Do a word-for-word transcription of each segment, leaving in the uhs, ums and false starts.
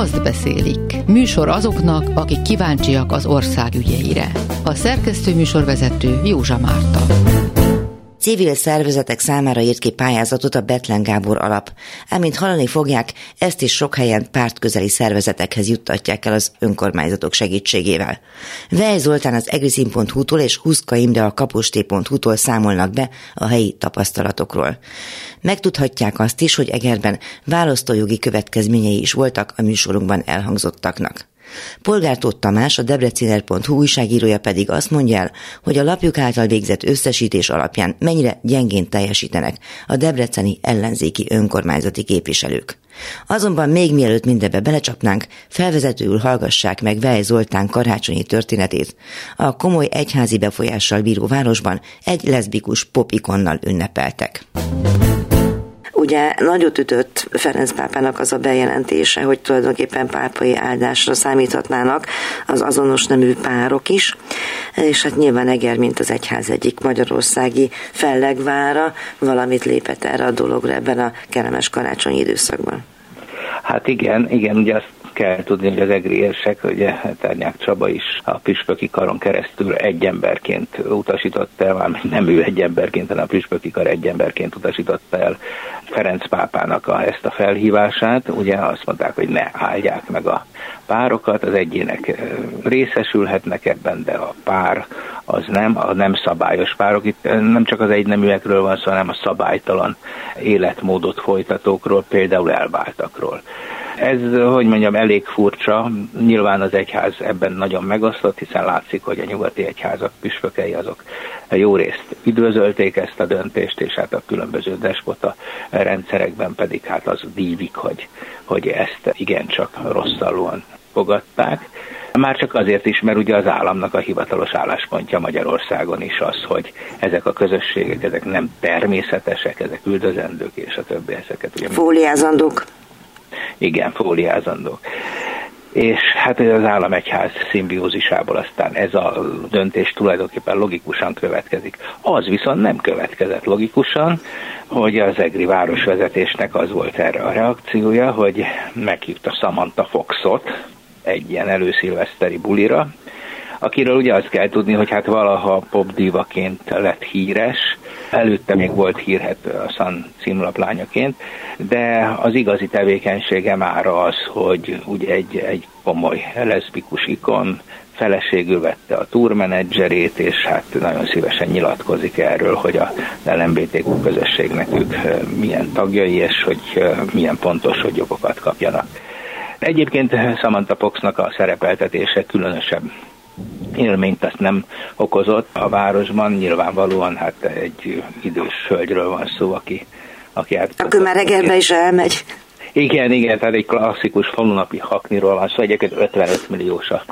azt beszélik. Műsor azoknak, akik kíváncsiak az ország ügyeire. A szerkesztő műsorvezető Józsa Márta. Civil szervezetek számára írt ki pályázatot a Bethlen Gábor alap. Ám mint hallani fogják, ezt is sok helyen pártközeli szervezetekhez juttatják el az önkormányzatok segítségével. Vej Zoltán az egriszín pont hu-tól és Huszka Imre a kaposté pont hu-tól számolnak be a helyi tapasztalatokról. Megtudhatják azt is, hogy Egerben választójogi következményei is voltak a műsorunkban elhangzottaknak. Polgár Tóth Tamás, a debreciner pont hu újságírója pedig azt mondja el, hogy a lapjuk által végzett összesítés alapján mennyire gyengén teljesítenek a debreceni ellenzéki önkormányzati képviselők. Azonban még mielőtt mindebbe belecsapnánk, felvezetőül hallgassák meg Vej Zoltán karácsonyi történetét. A komoly egyházi befolyással bíró városban egy leszbikus popikonnal ünnepeltek. Ugye nagyot ütött Ferenc pápának az a bejelentése, hogy tulajdonképpen pápai áldásra számíthatnának az azonos nemű párok is, és hát nyilván Eger, mint az egyház egyik magyarországi fellegvára, valamit lépett erre a dologra ebben a kellemes karácsonyi időszakban. Hát igen, igen, ugye azt kell tudni, hogy az egri érsek, ugye Ternyák Csaba is a püspöki karon keresztül egy emberként utasította el, már nem ő egy emberként, hanem a püspöki kar egy emberként utasította el Ferenc pápának a, ezt a felhívását. Ugye azt mondták, hogy ne áldják meg a párokat, az egyének részesülhetnek ebben, de a pár az nem, a nem szabályos párok. Itt nem csak az egyneműekről van szó, hanem a szabálytalan életmódot folytatókról, például elváltakról. Ez, hogy mondjam, elég furcsa. Nyilván az egyház ebben nagyon megosztott, hiszen látszik, hogy a nyugati egyházak püspökei azok jó részt üdvözölték ezt a döntést, és hát a különböző despota rendszerekben pedig hát az dívik, hogy, hogy ezt igencsak rosszallóan fogadták. Már csak azért is, mert ugye az államnak a hivatalos álláspontja Magyarországon is az, hogy ezek a közösségek, ezek nem természetesek, ezek üldözendők, és a többi ezeket. Ugye fóliázandók. Igen, fóliázandók. És hát az állam-egyház szimbiózisából aztán ez a döntés tulajdonképpen logikusan következik. Az viszont nem következett logikusan, hogy az egri városvezetésnek az volt erre a reakciója, hogy meghívta Samantha Foxot egy ilyen előszilveszteri bulira, akiről ugye azt kell tudni, hogy hát valaha popdívaként lett híres, előtte még volt hírhet a Sun címlaplányaként, de az igazi tevékenysége már az, hogy ugye egy, egy komoly leszbikus ikon, feleségül vette a tourmenedzserét, és hát nagyon szívesen nyilatkozik erről, hogy a el em bé té kú közösségnek ők milyen tagjai, és hogy milyen pontos, hogy jogokat kapjanak. Egyébként Samantha Foxnak a szerepeltetése különösebb élményt azt nem okozott a városban, nyilvánvalóan hát egy idős hölgyről van szó, aki, aki hát... Akkor már Egerbe is elmegy. Igen, igen, tehát egy klasszikus falunapi hakniról van szó, egyébként ötvenöt milliós a,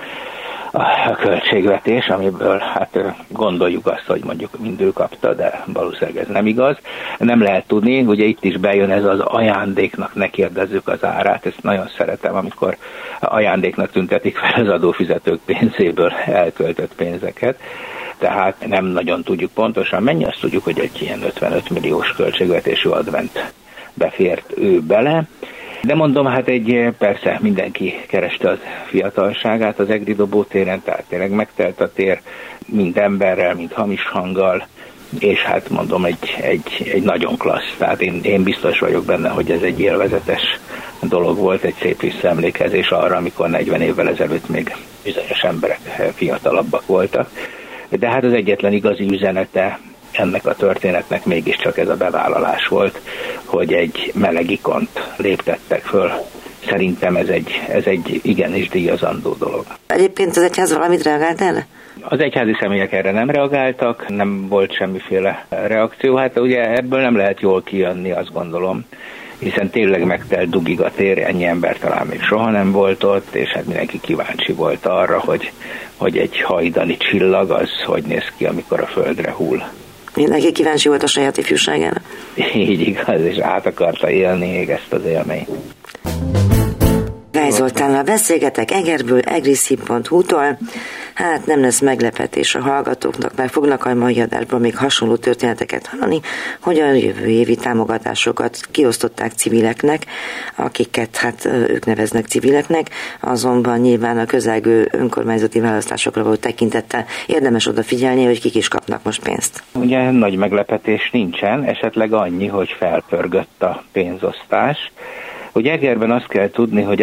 a költségvetés, amiből hát gondoljuk azt, hogy mondjuk mind ő kapta, de valószínűleg ez nem igaz. Nem lehet tudni, ugye itt is bejön ez az ajándéknak, ne kérdezzük az árát, ezt nagyon szeretem, amikor ajándéknak tüntetik fel az adófizetők pénzéből elköltött pénzeket. Tehát nem nagyon tudjuk pontosan mennyi, azt tudjuk, hogy egy ilyen ötvenöt milliós költségvetésű advent befért ő bele. De mondom, hát egy, persze mindenki kereste az fiatalságát az egri dobótéren, tehát tényleg megtelt a tér, mind emberrel, mind hamis hanggal, és hát mondom, egy, egy, egy nagyon klassz, tehát én, én biztos vagyok benne, hogy ez egy élvezetes dolog volt, egy szép visszaemlékezés arra, amikor negyven évvel ezelőtt még bizonyos emberek fiatalabbak voltak. De hát az egyetlen igazi üzenete ennek a történetnek mégiscsak ez a bevállalás volt, hogy egy meleg ikont léptettek föl. Szerintem ez egy, ez egy igenis díjazandó dolog. Egyébként az egyház valamit reagált erre? Az egyházi személyek erre nem reagáltak, nem volt semmiféle reakció. Hát ugye ebből nem lehet jól kijönni, azt gondolom, hiszen tényleg megtelt dugig a tér, ennyi ember talán még soha nem volt ott, és hát mindenki kíváncsi volt arra, hogy, hogy egy hajdani csillag az hogy néz ki, amikor a földre hull. Mindenki kíváncsi volt a saját ifjúságára. Így igaz, és át akarta élni még ezt az élményt. Vej Zoltánnal beszélgetek Egerből, egriszín pont hu-tól. Hát nem lesz meglepetés a hallgatóknak, mert fognak a mai adásban még hasonló történeteket hallani, hogy a jövő évi támogatásokat kiosztották civileknek, akiket hát ők neveznek civileknek, azonban nyilván a közelgő önkormányzati választásokra volt tekintettel érdemes odafigyelni, hogy kik is kapnak most pénzt. Ugye nagy meglepetés nincsen, esetleg annyi, hogy felpörgött a pénzosztás. Ugye Egerben azt kell tudni, hogy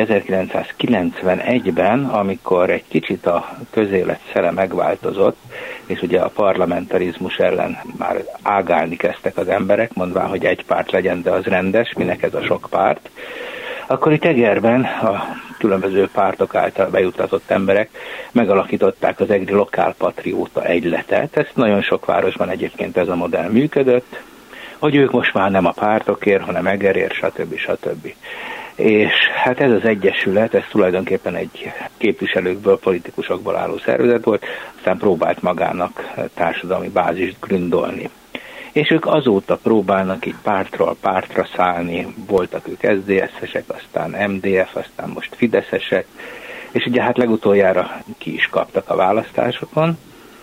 ezerkilencszázkilencvenegyben, amikor egy kicsit a közélet szele megváltozott, és ugye a parlamentarizmus ellen már ágálni kezdtek az emberek, mondván, hogy egy párt legyen, de az rendes, minek ez a sok párt, akkor itt Egerben a különböző pártok által bejutatott emberek megalakították az egri lokálpatrióta egyletet. Ez nagyon sok városban egyébként ez a modell működött, hogy ők most már nem a pártokért, hanem Egerért, stb. stb. És hát ez az egyesület, ez tulajdonképpen egy képviselőkből, politikusokból álló szervezet volt, aztán próbált magának társadalmi bázist gründolni. És ők azóta próbálnak így pártról pártra szállni, voltak ők es zé dé es-esek, aztán em dé ef, aztán most fideszesek, és ugye hát legutoljára ki is kaptak a választásokon.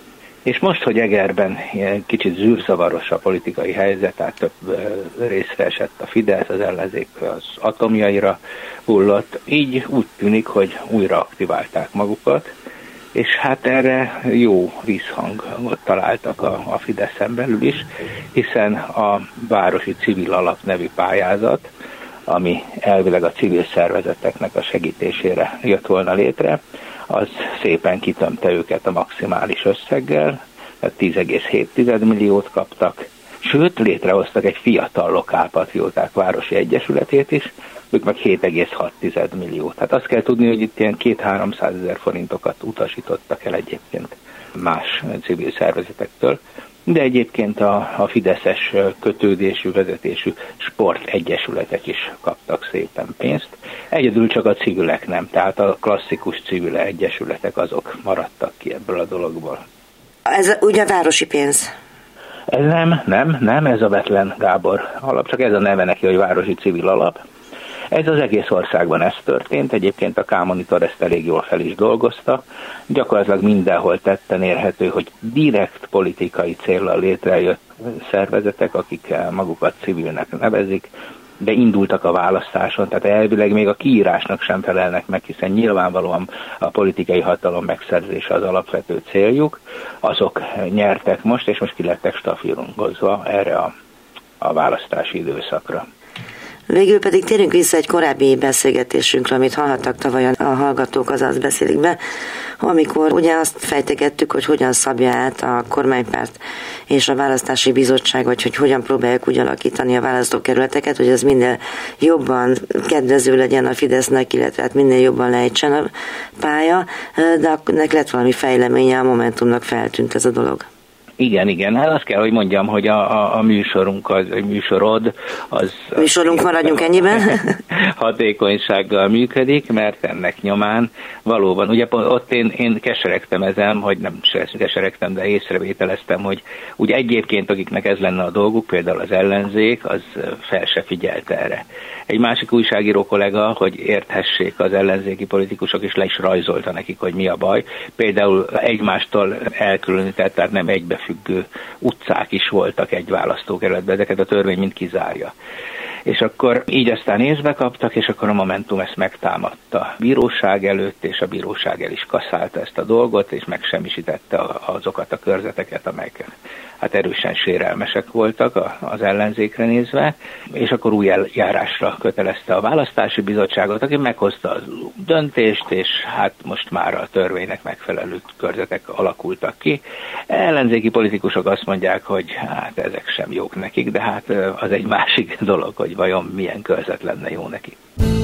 És most, hogy Egerben kicsit zűrzavaros a politikai helyzet, tehát több részre esett a Fidesz, az ellenzék az atomjaira hullott, így úgy tűnik, hogy újra aktiválták magukat, és hát erre jó vízhangot találtak a, a Fideszen belül is, hiszen a Városi Civil Alap nevű pályázat, ami elvileg a civil szervezeteknek a segítésére jött volna létre, az szépen kitömte őket a maximális összeggel, tehát tíz egész hét milliót kaptak, sőt létrehoztak egy fiatal lokálpatrióták városi egyesületét is, ők meg hét egész hat milliót. Hát azt kell tudni, hogy itt ilyen két-háromszázezer forintokat utasítottak el egyébként más civil szervezetektől, de egyébként a, a fideszes kötődésű, vezetésű sportegyesületek is kaptak szépen pénzt. Egyedül csak a civilek nem, tehát a klasszikus civil egyesületek azok maradtak ki ebből a dologból. Ez ugye városi pénz? Ez nem, nem, nem, ez a Bethlen Gábor alap, csak ez a neve neki, hogy Városi Civil Alap. Ez az egész országban ez történt, egyébként a K-Monitor ezt elég jól fel is dolgozta. Gyakorlatilag mindenhol tetten érhető, hogy direkt politikai céllal létrejött szervezetek, akik magukat civilnek nevezik, de indultak a választáson, tehát elvileg még a kiírásnak sem felelnek meg, hiszen nyilvánvalóan a politikai hatalom megszerzése az alapvető céljuk. Azok nyertek most, és most ki lettek stafírungozva erre a, a választási időszakra. Végül pedig térjünk vissza egy korábbi beszélgetésünkre, amit hallhattak tavaly a hallgatók, azaz beszélik be, amikor ugye azt fejtegettük, hogy hogyan szabja át a kormánypárt és a választási bizottság, vagy hogy hogyan próbálják úgy alakítani a választókerületeket, hogy ez minél jobban kedvező legyen a Fidesznek, illetve hát minél jobban lejtsen a pálya, de ennek lett valami fejleménye, a Momentumnak feltűnt ez a dolog. Igen, igen, hát azt kell, hogy mondjam, hogy a, a, a műsorunk, az, a műsorod, az... Műsorunk maradjunk ennyiben. Hatékonysággal működik, mert ennek nyomán valóban, ugye ott én, én keseregtem ezen, hogy nem keseregtem, de észrevételeztem, hogy ugye egyébként, akiknek ez lenne a dolguk, például az ellenzék, az fel se figyelt erre. Egy másik újságíró kollega, hogy érthessék az ellenzéki politikusok, és le is rajzolta nekik, hogy mi a baj. Például egymástól elkülönített, tehát nem egybefüggő utcák is voltak egy választókerületben, ezeket a törvény mind kizárja. És akkor így aztán észbe kaptak, és akkor a Momentum ezt megtámadta a bíróság előtt, és a bíróság el is kasszálta ezt a dolgot, és megsemmisítette azokat a körzeteket, amelyek hát erősen sérelmesek voltak az ellenzékre nézve, és akkor új eljárásra kötelezte a választási bizottságot, aki meghozta a döntést, és hát most már a törvénynek megfelelő körzetek alakultak ki. Ellenzéki politikusok azt mondják, hogy hát ezek sem jók nekik, de hát az egy másik dolog, hogy vajon milyen körzet lenne jó nekik.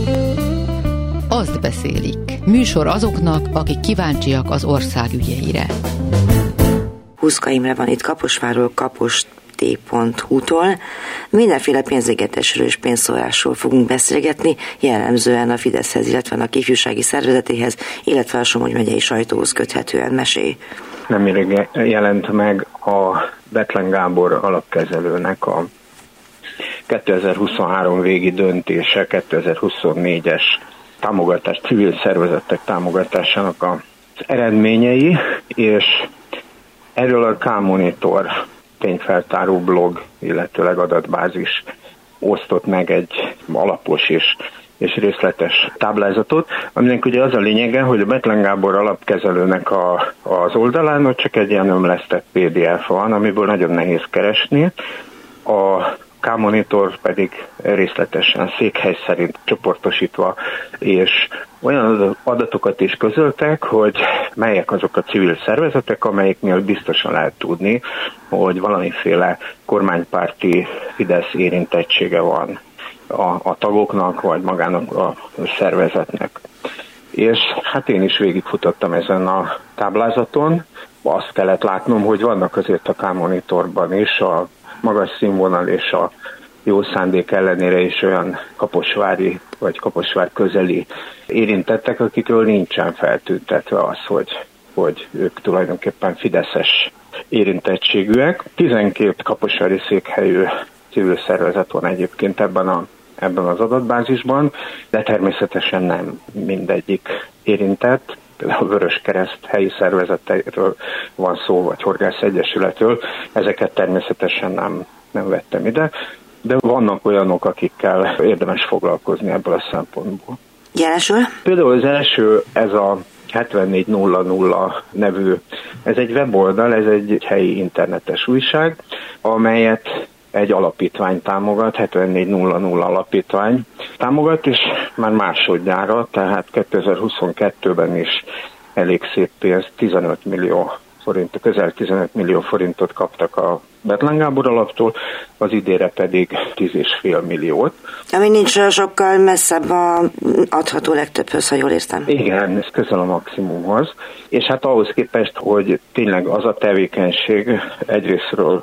Azt beszélik. Műsor azoknak, akik kíváncsiak az ország ügyeire. Huszka Imre van itt Kaposvárról, kapos t pont hu-tól. Mindenféle pénzégetésről és pénzszórásról fogunk beszélgetni, jellemzően a Fideszhez, illetve a ifjúsági szervezetéhez, illetve a Somogy megyei sajtóhoz köthetően. Mesélj! Nemrég jelent meg a Bethlen Gábor alapkezelőnek a kétezer-huszonhárom végi döntése, kétezer-huszonnégyes támogatás, civil szervezetek támogatásának a eredményei, és erről a K-Monitor tényfeltáró blog, illetőleg adatbázis osztott meg egy alapos és, és részletes táblázatot, aminek ugye az a lényege, hogy a Bethlen Gábor alapkezelőnek a, az oldalán ott csak egy ilyen ömlesztett pé dé ef van, amiből nagyon nehéz keresni. A K-Monitor pedig részletesen székhely szerint csoportosítva, és olyan adatokat is közöltek, hogy melyek azok a civil szervezetek, amelyeknél biztosan lehet tudni, hogy valamiféle kormánypárti Fidesz érintettsége van a, a tagoknak, vagy magának a szervezetnek. És hát én is végigfutottam ezen a táblázaton. Azt kellett látnom, hogy vannak azért a K-Monitorban is a magas színvonal és a jó szándék ellenére is olyan kaposvári vagy Kaposvár közeli érintettek, akikről nincsen feltüntetve az, hogy, hogy ők tulajdonképpen fideszes érintettségűek. tizenkét kaposvári székhelyű civil szervezet van egyébként ebben, a, ebben az adatbázisban, de természetesen nem mindegyik érintett. Például a Vöröskereszt helyi szervezeteiről van szó, vagy Horgász Egyesületről, ezeket természetesen nem, nem vettem ide, de vannak olyanok, akikkel érdemes foglalkozni ebből a szempontból. Jelesül? Például az első, ez a hetvennégy nulla nulla nevű, ez egy weboldal, ez egy helyi internetes újság, amelyet egy alapítvány támogat, hetvennégy nulla nulla alapítvány támogat, és már másodjára, tehát kétezer-huszonkettőben is elég szép pénzt, tizenöt millió forint, közel tizenöt millió forintot kaptak a Bethlen Gábor alaptól, az idére pedig tíz egész öt milliót. Ami nincs sokkal messzebb a adható legtöbbhöz, ha jól értem. Igen, ez közel a maximumhoz. És hát ahhoz képest, hogy tényleg az a tevékenység egyrésztről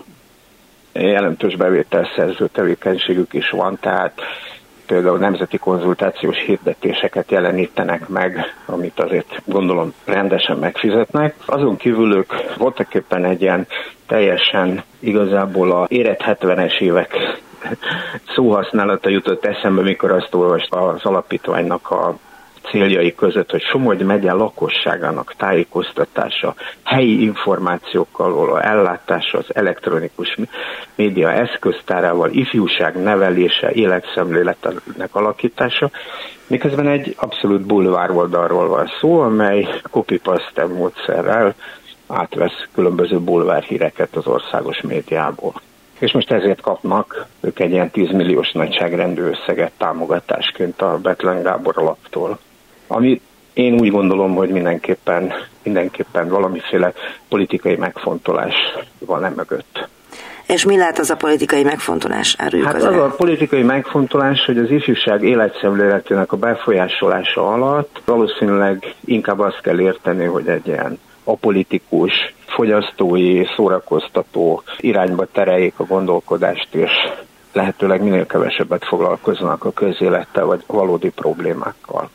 jelentős bevételszerző tevékenységük is van, tehát például nemzeti konzultációs hirdetéseket jelenítenek meg, amit azért gondolom rendesen megfizetnek. Azon kívül ők voltak éppen egy ilyen teljesen igazából a érett hetvenes évek szóhasználata jutott eszembe, mikor azt olvasta az alapítványnak a céljai között, hogy Somogy megye lakosságának tájékoztatása, helyi információkkal való ellátása, az elektronikus média eszköztárával, ifjúság nevelése, életszemléletnek alakítása, miközben egy abszolút bulvár oldalról van szó, amely copy-paste módszerrel átvesz különböző bulvár híreket az országos médiából. És most ezért kapnak ők egy ilyen tíz milliós nagyságrendű összeget támogatásként a Bethlen Gábor alaptól. Ami én úgy gondolom, hogy mindenképpen, mindenképpen valamiféle politikai megfontolás van e mögött. És mi lehet az a politikai megfontolás? Áruljuk hát az, az a politikai megfontolás, hogy az ifjúság életszemléletének a befolyásolása alatt valószínűleg inkább azt kell érteni, hogy egy ilyen apolitikus, fogyasztói, szórakoztató irányba tereljék a gondolkodást, és lehetőleg minél kevesebbet foglalkoznak a közélettel vagy valódi problémákkal.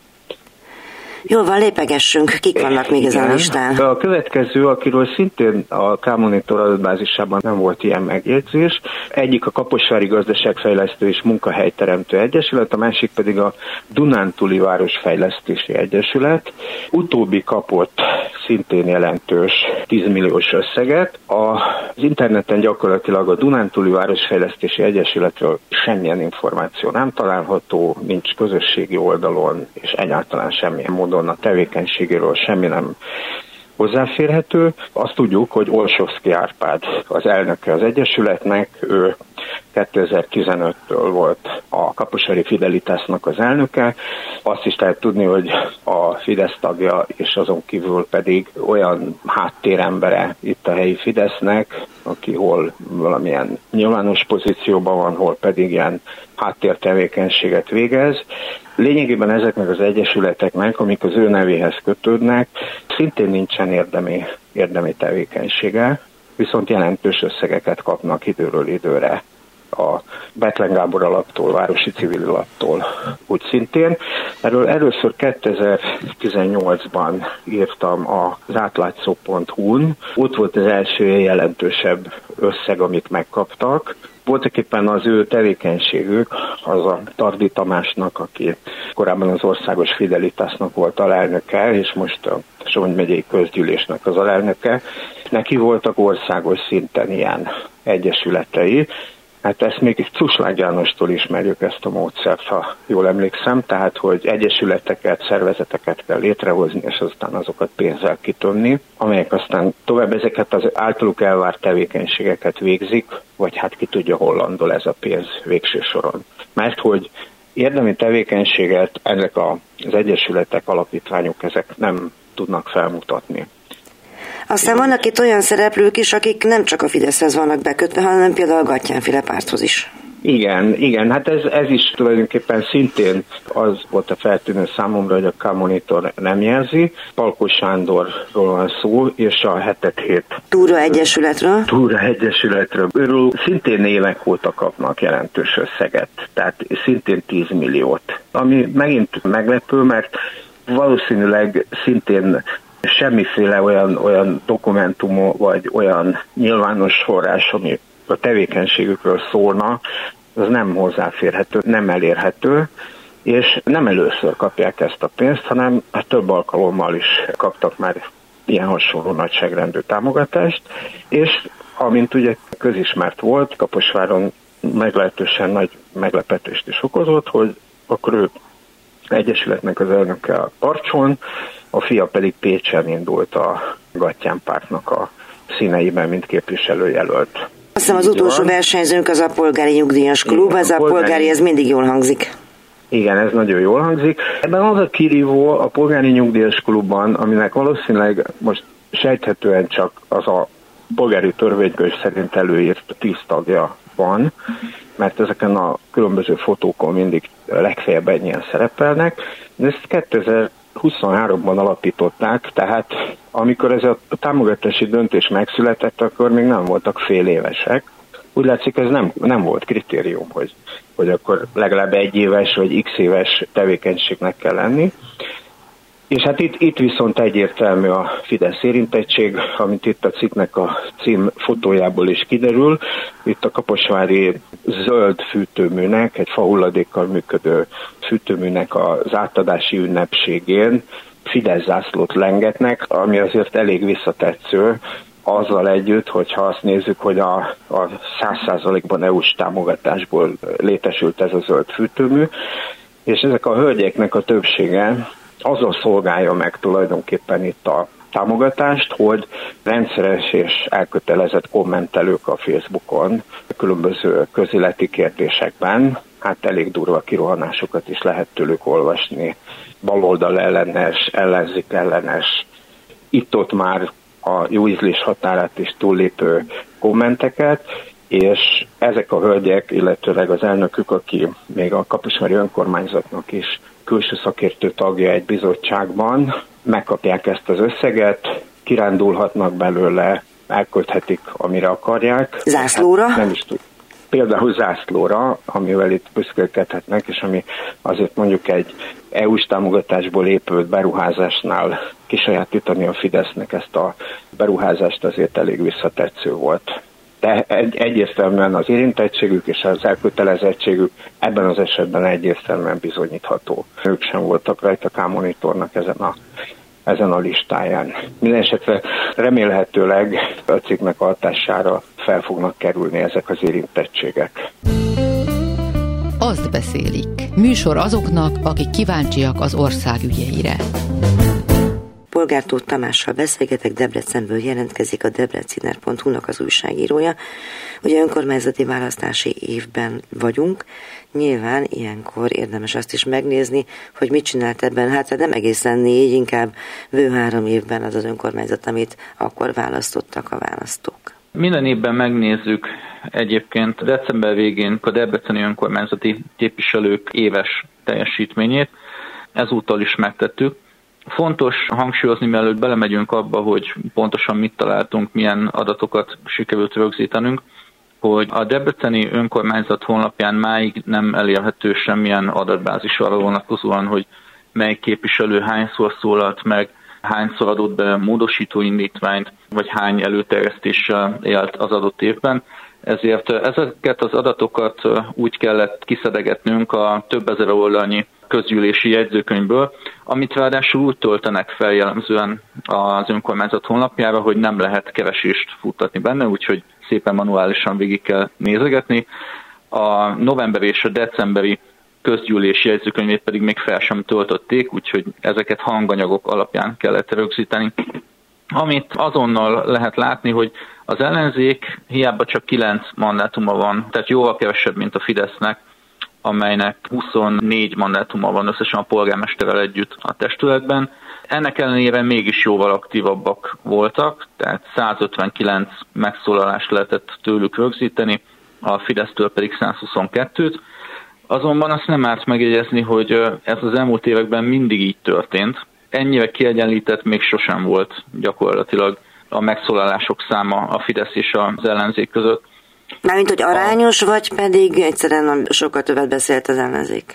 Jól van, lépegessünk. Kik vannak még ezen a listán? A következő, akiről szintén a K-Monitor adatbázisában nem volt ilyen megjegyzés, egyik a Kaposvári Gazdaságfejlesztő és Munkahelyteremtő Egyesület, a másik pedig a Dunántúli Városfejlesztési Egyesület. Utóbbi kapott szintén jelentős tíz milliós összeget. Az interneten gyakorlatilag a Dunántúli Városfejlesztési Egyesületről semmilyen információ nem található, nincs közösségi oldalon, és egyáltalán semmilyen módon a tevékenységéről semmi nem hozzáférhető. Azt tudjuk, hogy Olsovszky Árpád az elnöke az Egyesületnek, ő kétezer-tizenöttől volt a Kaposvári Fidelitásnak az elnöke. Azt is lehet tudni, hogy a Fidesz tagja, és azon kívül pedig olyan háttérembere itt a helyi Fidesznek, aki hol valamilyen nyilvános pozícióban van, hol pedig ilyen háttértevékenységet végez. Lényegében ezeknek az egyesületeknek, amik az ő nevéhez kötődnek, szintén nincsen érdemi, érdemi tevékenysége, viszont jelentős összegeket kapnak időről időre a Bethlen Gábor alaptól, Városi Civil Alaptól úgy szintén. Erről először kétezer-tizennyolcban írtam az átlátszó pont hu-n. Ott volt az első jelentősebb összeg, amit megkaptak. Voltak éppen az ő tevékenységük, az a Tardi Tamásnak, aki korábban az Országos Fidelitásnak volt alelnöke, és most a Somogy megyei közgyűlésnek az alelnöke. Neki voltak országos szinten ilyen egyesületei. Hát ezt még Cuslág Jánostól ismerjük, ezt a módszert, ha jól emlékszem, tehát hogy egyesületeket, szervezeteket kell létrehozni, és aztán azokat pénzzel kitömni, amelyek aztán tovább ezeket az általuk elvárt tevékenységeket végzik, vagy hát ki tudja, hol landol ez a pénz végső soron. Mert hogy érdemi tevékenységet ezek az egyesületek, alapítványok, ezek nem tudnak felmutatni. Aztán vannak itt olyan szereplők is, akik nem csak a Fideszhez vannak bekötve, hanem például a Gattyánféle párthoz is. Igen, igen, hát ez, ez is tulajdonképpen szintén az volt a feltűnő számomra, hogy a K-Monitor nem jelzi. Palkó Sándorról van szó, és a hetet hét Túra Egyesületről. Túra Egyesületről. Őről szintén évek óta kapnak jelentős összeget, tehát szintén tíz milliót. Ami megint meglepő, mert valószínűleg szintén semmiféle olyan, olyan dokumentum vagy olyan nyilvános forrás, ami a tevékenységükről szólna, az nem hozzáférhető, nem elérhető, és nem először kapják ezt a pénzt, hanem több alkalommal is kaptak már ilyen hasonló nagyságrendű támogatást, és amint ugye közismert volt, Kaposváron meglehetősen nagy meglepetést is okozott, hogy akkor ő egyesületnek az elnöke a Tarcson, a fia pedig Pécsen indult a Gattyán pártnak a színeiben, mint képviselőjelölt. Azt hiszem az utolsó versenyzőnk az a Polgári Nyugdíjas Klub, igen, ez a polgári, polgári, ez mindig jól hangzik. Igen, ez nagyon jól hangzik. Ebben az a kirívó a Polgári Nyugdíjas Klubban, aminek valószínűleg most sejthetően csak az a polgári törvénykönyv szerint előírt tíz tagja van, mert ezeken a különböző fotókon mindig legfeljebb ennyien szerepelnek. De ezt kétezer-huszonháromban alapították, tehát amikor ez a támogatási döntés megszületett, akkor még nem voltak fél évesek. Úgy látszik, ez nem, nem volt kritérium, hogy, hogy akkor legalább egy éves vagy x éves tevékenységnek kell lenni. És hát itt, itt viszont egyértelmű a Fidesz érintettség, amit itt a cikknek a cím fotójából is kiderül. Itt a kaposvári zöld fűtőműnek, egy fahulladékkal működő fűtőműnek az átadási ünnepségén Fidesz zászlót lengetnek, ami azért elég visszatetsző, azzal együtt, hogyha azt nézzük, hogy a, a száz százalékban é u-s támogatásból létesült ez a zöld fűtőmű, és ezek a hölgyeknek a többsége azzal szolgálja meg tulajdonképpen itt a támogatást, hogy rendszeres és elkötelezett kommentelők a Facebookon a különböző közéleti kérdésekben, hát elég durva kirohanásokat is lehet tőlük olvasni, baloldal ellenes, ellenzék ellenes, itt-ott már a jó ízlés határát is túllépő kommenteket, és ezek a hölgyek, illetőleg az elnökük, aki még a kaposvári önkormányzatnak is külső szakértő tagja egy bizottságban, megkapják ezt az összeget, kirándulhatnak belőle, elkölthetik, amire akarják. Zászlóra? Hát nem is tud. Például zászlóra, amivel itt büszkélkedhetnek, és ami azért mondjuk egy é u-s támogatásból épült beruházásnál kisajátítani a Fidesznek ezt a beruházást azért elég visszatetsző volt. De egy, egyértelműen az érintettségük és az elkötelezettségük ebben az esetben egyértelműen bizonyítható. Ők sem voltak rajta K-Monitornak ezen a, ezen a listáján. Mindenesetre remélhetőleg a cikknek hatására fel fognak kerülni ezek az érintettségek. Azt beszélik. Műsor azoknak, akik kíváncsiak az ország ügyeire. Polgártóth Tamással beszélgetek, Debrecenből jelentkezik, a debreciner pont hu-nak az újságírója. Ugye önkormányzati választási évben vagyunk, nyilván ilyenkor érdemes azt is megnézni, hogy mit csinált ebben, hát nem egészen négy, inkább bő három évben az az önkormányzat, amit akkor választottak a választók. Minden évben megnézzük egyébként december végén a debreceni önkormányzati képviselők éves teljesítményét, ezúttal is megtettük. Fontos hangsúlyozni, mielőtt belemegyünk abba, hogy pontosan mit találtunk, milyen adatokat sikerült rögzítenünk, hogy a debreceni önkormányzat honlapján máig nem elérhető semmilyen adatbázis arra vonatkozóan, hogy mely képviselő hányszor szólalt meg, hányszor adott be módosító indítványt, vagy hány előterjesztéssel élt az adott évben. Ezért ezeket az adatokat úgy kellett kiszedegetnünk a több ezer oldalnyi közgyűlési jegyzőkönyvből, amit ráadásul úgy töltenek fel jellemzően az önkormányzat honlapjára, hogy nem lehet keresést futtatni benne, úgyhogy szépen manuálisan végig kell nézegetni. A novemberi és a decemberi közgyűlési jegyzőkönyvét pedig még fel sem töltötték, úgyhogy ezeket hanganyagok alapján kellett rögzíteni. Amit azonnal lehet látni, hogy az ellenzék hiába csak kilenc mandátuma van, tehát jóval kevesebb, mint a Fidesznek, amelynek huszonnégy mandátuma van összesen a polgármesterrel együtt a testületben. Ennek ellenére mégis jóval aktívabbak voltak, tehát százötvenkilenc megszólalást lehetett tőlük rögzíteni, a Fidesztől pedig százhuszonkettőt. Azonban azt nem árt megjegyezni, hogy ez az elmúlt években mindig így történt. Ennyire kiegyenlített még sosem volt gyakorlatilag a megszólalások száma a Fidesz és az ellenzék között. Mármint, hogy arányos, vagy pedig egyszerűen sokkal többet beszélt az ellenzék?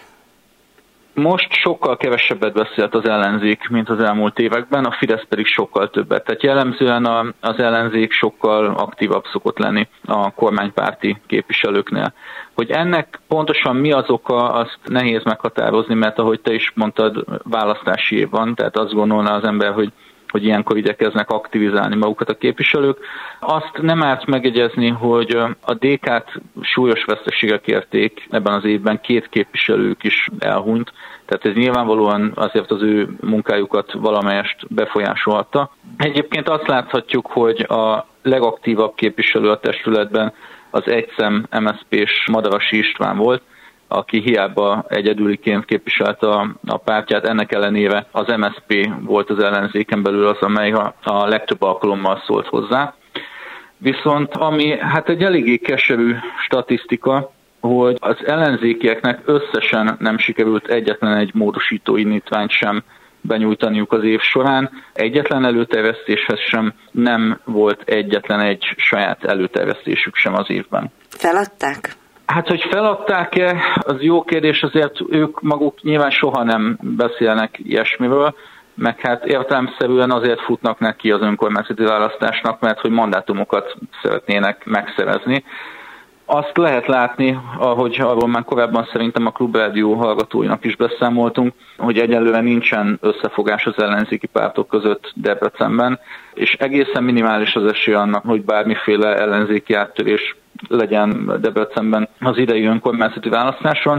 Most sokkal kevesebbet beszélt az ellenzék, mint az elmúlt években, a Fidesz pedig sokkal többet. Tehát jellemzően az ellenzék sokkal aktívabb szokott lenni a kormánypárti képviselőknél. Hogy ennek pontosan mi az oka, azt nehéz meghatározni, mert ahogy te is mondtad, választási év van, tehát azt gondolná az ember, hogy hogy ilyenkor igyekeznek aktivizálni magukat a képviselők. Azt nem árt megjegyezni, hogy a dé ká-t súlyos veszteségek érték ebben az évben, két képviselők is elhunyt, tehát ez nyilvánvalóan azért az ő munkájukat valamelyest befolyásolhatta. Egyébként azt láthatjuk, hogy a legaktívabb képviselő a testületben az egyszem em es zé pés Madarasi István volt, aki hiába egyedüliként képviselte a, a pártját, ennek ellenére az em es zé pé volt az ellenzéken belül az, amely a, a legtöbb alkalommal szólt hozzá. Viszont ami hát egy eléggé keserű statisztika, hogy az ellenzékieknek összesen nem sikerült egyetlen egy módosító indítványt sem benyújtaniuk az év során. Egyetlen előterjesztéshez sem nem volt egyetlen egy saját előterjesztésük sem az évben. Feladták? Hát, hogy feladták-e, az jó kérdés, azért ők maguk nyilván soha nem beszélnek ilyesmiről, meg hát értelemszerűen azért futnak neki az önkormányzati választásnak, mert hogy mandátumokat szeretnének megszerezni. Azt lehet látni, ahogy arról már korábban szerintem a Klubrádió hallgatóinak is beszámoltunk, hogy egyelőre nincsen összefogás az ellenzéki pártok között Debrecenben, és egészen minimális az esély annak, hogy bármiféle ellenzéki áttörés legyen Debrecenben az idei önkormányzati választáson.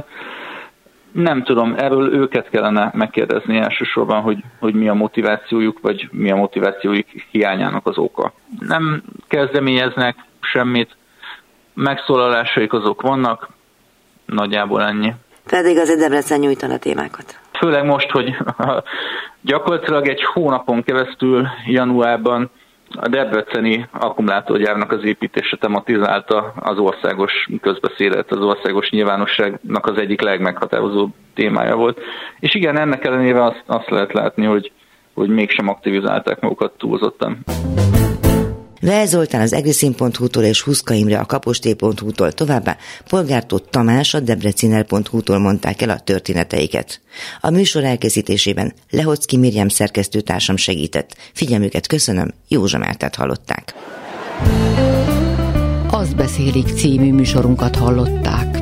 Nem tudom, erről őket kellene megkérdezni elsősorban, hogy, hogy mi a motivációjuk, vagy mi a motivációjuk hiányának az oka. Nem kezdeményeznek semmit, megszólalásaik azok vannak, nagyjából ennyi. Pedig azért Debrecen nyújtana témákat. Főleg most, hogy gyakorlatilag egy hónapon keresztül januárban a debreceni akkumulátorgyárnak az építése tematizálta az országos közbeszédet, az országos nyilvánosságnak az egyik legmeghatározóbb témája volt. És igen, ennek ellenére azt, azt lehet látni, hogy, hogy mégsem aktivizálták magukat túlzottan. Lehel Zoltán az egriszín pont hu-tól és Huszka Imre a kaposté pont hu-tól, továbbá Polgártóth Tamás a debreciner pont hu-tól mondták el a történeteiket. A műsor elkészítésében Lehocki Mirjam szerkesztőtársam segített. Figyelmüket köszönöm, Józsa Mártát hallották. Azt beszélik című műsorunkat hallották.